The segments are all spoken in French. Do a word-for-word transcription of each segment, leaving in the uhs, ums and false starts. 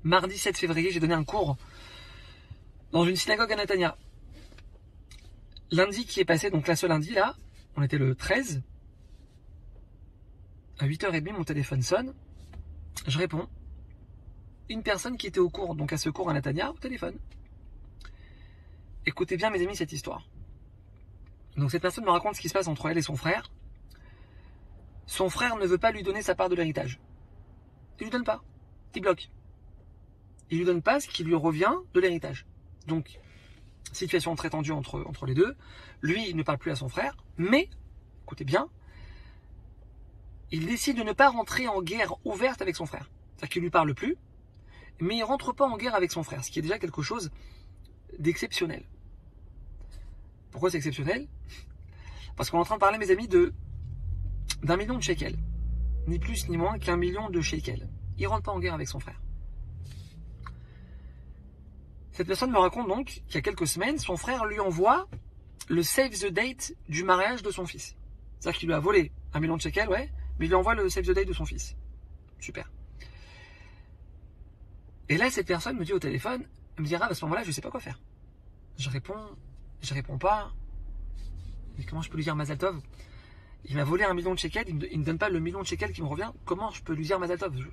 Mardi sept février, j'ai donné un cours dans une synagogue à Netanya. Lundi qui est passé, donc là ce lundi là, on était le treize, à huit heures trente, mon téléphone sonne, je réponds. Une personne qui était au cours, donc à ce cours à Netanya, au téléphone. Écoutez bien mes amis cette histoire. Donc cette personne me raconte ce qui se passe entre elle et son frère. Son frère ne veut pas lui donner sa part de l'héritage. Il lui donne pas. Il bloque. Il lui donne pas ce qui lui revient de l'héritage. Donc, situation très tendue entre, entre les deux. Lui, il ne parle plus à son frère, mais, écoutez bien, il décide de ne pas rentrer en guerre ouverte avec son frère. C'est-à-dire qu'il ne lui parle plus, mais il ne rentre pas en guerre avec son frère, ce qui est déjà quelque chose d'exceptionnel. Pourquoi c'est exceptionnel? Parce qu'on est en train de parler, mes amis, de d'un million de shekels. Ni plus ni moins qu'un million de shekels. Il ne rentre pas en guerre avec son frère. Cette personne me raconte donc qu'il y a quelques semaines, son frère lui envoie le save the date du mariage de son fils. C'est-à-dire qu'il lui a volé un million de shekels, ouais, mais il lui envoie le save the date de son fils. Super. Et là, cette personne me dit au téléphone, elle me dira, à ce moment-là, je ne sais pas quoi faire. Je réponds, je réponds pas. Mais comment je peux lui dire Mazal Tov? Il m'a volé un million de shekels, il ne me, me donne pas le million de shekels qui me revient. Comment je peux lui dire Mazal Tov? je...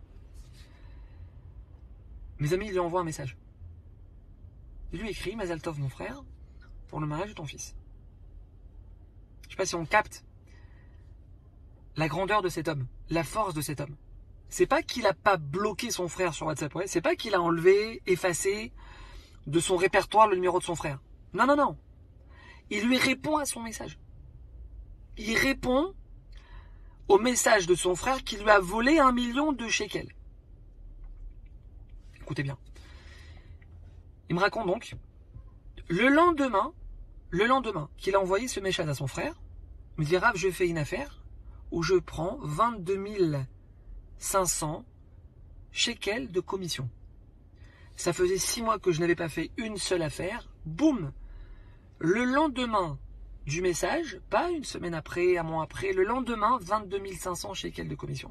Mes amis, il lui envoie un message. Il lui écrit, Mazal Tov, mon frère, pour le mariage de ton fils. Je ne sais pas si on capte la grandeur de cet homme, la force de cet homme. C'est pas qu'il n'a pas bloqué son frère sur WhatsApp, ouais. C'est pas qu'il a enlevé, effacé de son répertoire le numéro de son frère. Non, non, non. Il lui répond à son message. Il répond au message de son frère qui lui a volé un million de shekels. Écoutez bien. Il me raconte donc, le lendemain, le lendemain qu'il a envoyé ce message à son frère, il me dit, Rav, je fais une affaire où je prends vingt-deux mille cinq cents shekels de commission. Ça faisait six mois que je n'avais pas fait une seule affaire. Boum! Le lendemain du message, pas une semaine après, un mois après, le lendemain, vingt-deux mille cinq cents shekels de commission.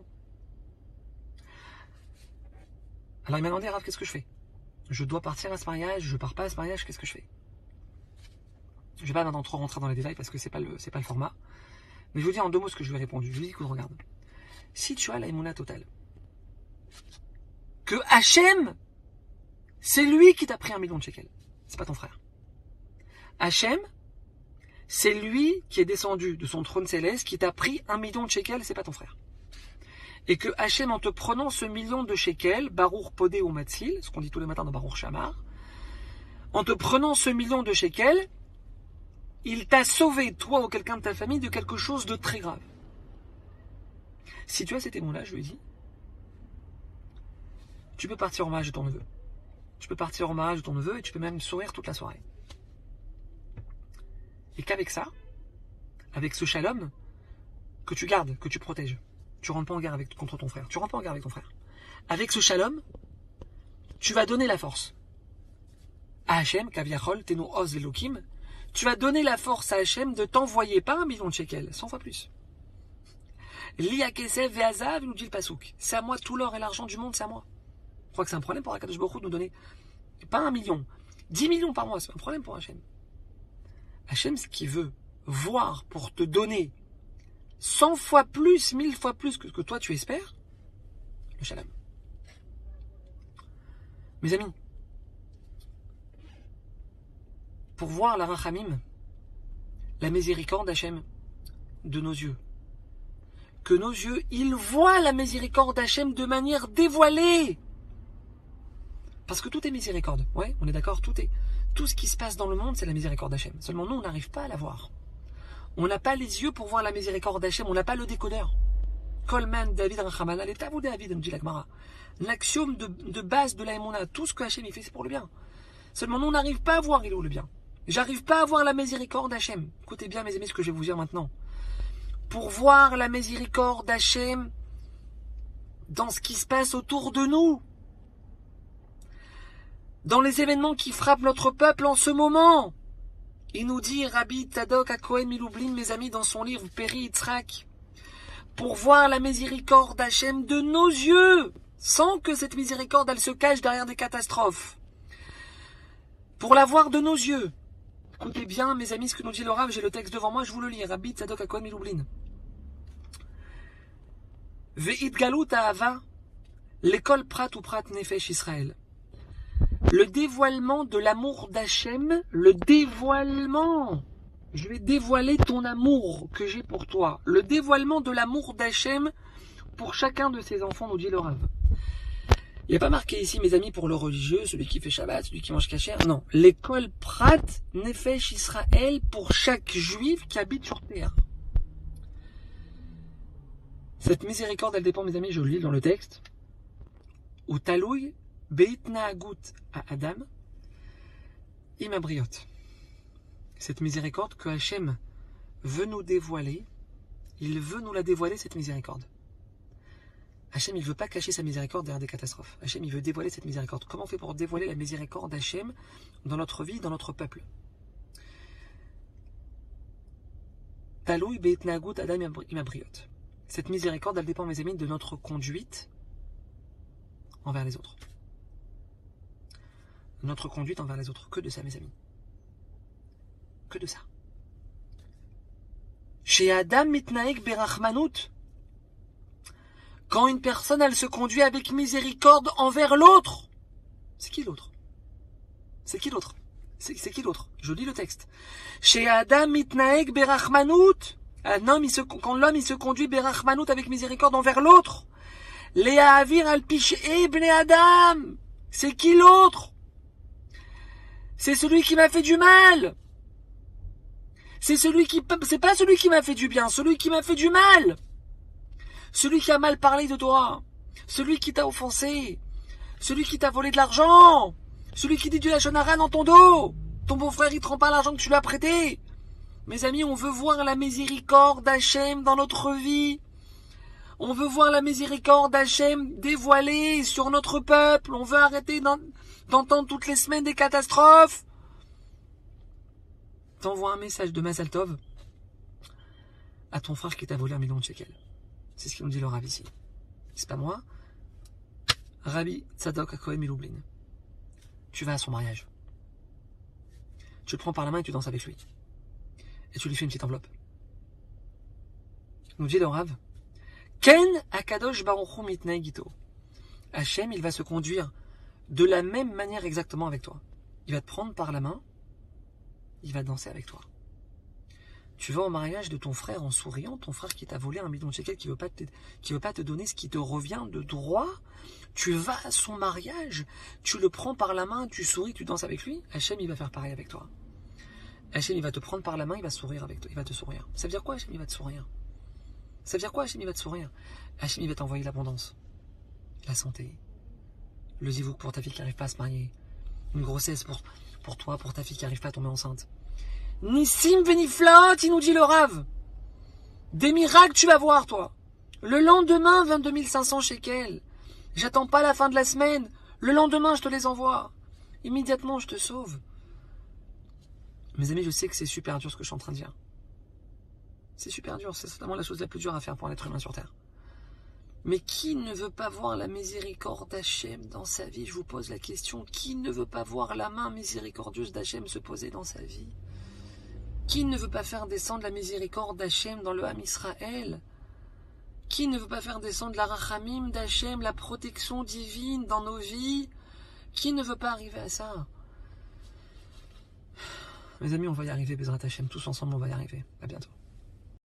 Alors il m'a demandé, Rav, qu'est-ce que je fais? Je dois partir à ce mariage, je pars pas à ce mariage, qu'est-ce que je fais? Je vais pas maintenant trop rentrer dans les détails parce que c'est pas le, c'est pas le format. Mais je vous dis en deux mots ce que je lui ai répondu. Je lui ai dit, écoute, regarde. Si tu as la émouna totale, que Hachem, c'est lui qui t'a pris un million de shekels, c'est pas ton frère. Hachem, c'est lui qui est descendu de son trône céleste, qui t'a pris un million de shekels, c'est pas ton frère. Et que Hachem, en te prenant ce million de shekels, Baruch Podé ou Matzil, ce qu'on dit tous les matins dans Baruch Shamar, en te prenant ce million de shekels, il t'a sauvé, toi ou quelqu'un de ta famille, de quelque chose de très grave. Si tu as cet émon-là, je lui ai dit, tu peux partir au mariage de ton neveu. Tu peux partir au mariage de ton neveu et tu peux même sourire toute la soirée. Et qu'avec ça, avec ce shalom, que tu gardes, que tu protèges, tu rentres pas en guerre avec, contre ton frère. Tu rentres pas en guerre avec ton frère. Avec ce shalom, tu vas donner la force à Hachem, Kaviachol, Tenu Oz Elokim. Tu vas donner la force à Hachem de t'envoyer pas un million de shekels, cent fois plus. Lia Kesef Ve'azav, nous dit le Pasouk. C'est à moi tout l'or et l'argent du monde, c'est à moi. Je crois que c'est un problème pour Akadosh Baruch Hu de nous donner pas un million, dix millions par mois, c'est un problème pour Hachem. Hachem, ce qu'il veut voir pour te donner cent fois plus, mille fois plus que ce que toi tu espères, le shalom. Mes amis, pour voir la rachamim, la miséricorde d'Hachem de nos yeux, que nos yeux, ils voient la miséricorde d'Hachem de manière dévoilée. Parce que tout est miséricorde, ouais, on est d'accord, tout est, tout ce qui se passe dans le monde, c'est la miséricorde d'Hachem. Seulement nous, on n'arrive pas à la voir. On n'a pas les yeux pour voir la miséricorde d'Hachem, on n'a pas le décodeur. Kolman David Rachamana, l'état vous David, me dit la Gemara. L'axiome de, de base de la Emouna, tout ce que Hachem il fait, c'est pour le bien. Seulement nous, on n'arrive pas à voir il est où le bien. J'arrive pas à voir la miséricorde d'Hachem. Écoutez bien, mes amis, ce que je vais vous dire maintenant. Pour voir la miséricorde d'Hachem dans ce qui se passe autour de nous, dans les événements qui frappent notre peuple en ce moment. Il nous dit, Rabbi Tzadok HaKohen Milublin, mes amis, dans son livre Péri Yitzhak, pour voir la miséricorde d'Hachem de nos yeux, sans que cette miséricorde, elle se cache derrière des catastrophes. Pour la voir de nos yeux. Écoutez bien, mes amis, ce que nous dit le Rav, j'ai le texte devant moi, je vous le lis. Rabbi Tzadok HaKohen Milublin. Ve'it galut ha'ava, l'école prat ou prat nefesh Israël. Le dévoilement de l'amour d'Hachem, le dévoilement, je vais dévoiler ton amour que j'ai pour toi. Le dévoilement de l'amour d'Hachem pour chacun de ses enfants, nous dit le Rav. Il n'y a pas marqué ici, mes amis, pour le religieux, celui qui fait Shabbat, celui qui mange kasher. Non, l'école Prat Nefesh Israël pour chaque juif qui habite sur terre. Cette miséricorde, elle dépend, mes amis, je le lis dans le texte. Ou talouy beitnaagut à Adam imabriot. Cette miséricorde que Hachem veut nous dévoiler, il veut nous la dévoiler, cette miséricorde. Hachem, il ne veut pas cacher sa miséricorde derrière des catastrophes. Hachem, il veut dévoiler cette miséricorde. Comment on fait pour dévoiler la miséricorde d'Hachem dans notre vie, dans notre peuple? Talouy beitnaagut Adam imabriot. Cette miséricorde, elle dépend, mes amis, de notre conduite envers les autres. Notre conduite envers les autres. Que de ça, mes amis. Que de ça. Chez Adam mitnaek berachmanut. Quand une personne, elle se conduit avec miséricorde envers l'autre. C'est qui l'autre? C'est qui l'autre? C'est qui l'autre? Je lis le texte. Chez Adam mitnaek berachmanut. Un homme, il se, quand l'homme, il se conduit berachmanut avec miséricorde envers l'autre. Léa avir al piche ebne Adam. C'est qui l'autre? C'est celui qui m'a fait du mal. C'est celui qui, c'est pas celui qui m'a fait du bien, celui qui m'a fait du mal. Celui qui a mal parlé de toi. Celui qui t'a offensé. Celui qui t'a volé de l'argent. Celui qui dit du lachon hara dans ton dos. Ton beau-frère, il te rend pas l'argent que tu lui as prêté. Mes amis, on veut voir la miséricorde d'Hachem dans notre vie. On veut voir la miséricorde d'Hachem dévoilée sur notre peuple. On veut arrêter d'entendre toutes les semaines des catastrophes. T'envoies un message de Mazal Tov à ton frère qui t'a volé un million de shekels. C'est ce qu'il nous dit le Rav ici. C'est pas moi. Rabbi Tzadok HaKohen Milublin. Tu vas à son mariage. Tu le prends par la main et tu danses avec lui. Et tu lui fais une petite enveloppe. Nous dit le Rav. Ken Akadosh Baruch Hu mitnei gito. Hachem, il va se conduire de la même manière exactement avec toi. Il va te prendre par la main. Il va danser avec toi. Tu vas au mariage de ton frère en souriant, ton frère qui t'a volé un million de shekels, qui veut pas te, qui veut pas te donner ce qui te revient de droit. Tu vas à son mariage, tu le prends par la main, tu souris, tu danses avec lui. Hachem, il va faire pareil avec toi. Hachem, il va te prendre par la main, il va sourire avec toi, il va te sourire. Ça veut dire quoi, Hachem, il va te sourire? Ça veut dire quoi, Hachem, il va te sourire? Hachem, il va t'envoyer l'abondance, la santé, le zivouk pour ta fille qui n'arrive pas à se marier, une grossesse pour, pour toi, pour ta fille qui n'arrive pas à tomber enceinte. Nissim veniflaot, il nous dit le Rav. Des miracles, tu vas voir, toi. Le lendemain, vingt-deux mille cinq cents shekels. J'attends pas la fin de la semaine. Le lendemain, je te les envoie. Immédiatement, je te sauve. Mes amis, je sais que c'est super dur ce que je suis en train de dire. C'est super dur. C'est vraiment la chose la plus dure à faire pour un être humain sur Terre. Mais qui ne veut pas voir la miséricorde d'Hachem dans sa vie? Je vous pose la question. Qui ne veut pas voir la main miséricordieuse d'Hachem se poser dans sa vie? Qui ne veut pas faire descendre la miséricorde d'Hachem dans le Ham Israël? Qui ne veut pas faire descendre la rachamim d'Hachem, la protection divine dans nos vies? Qui ne veut pas arriver à ça? Mes amis, on va y arriver, Bezrat Hachem, tous ensemble, on va y arriver. À bientôt.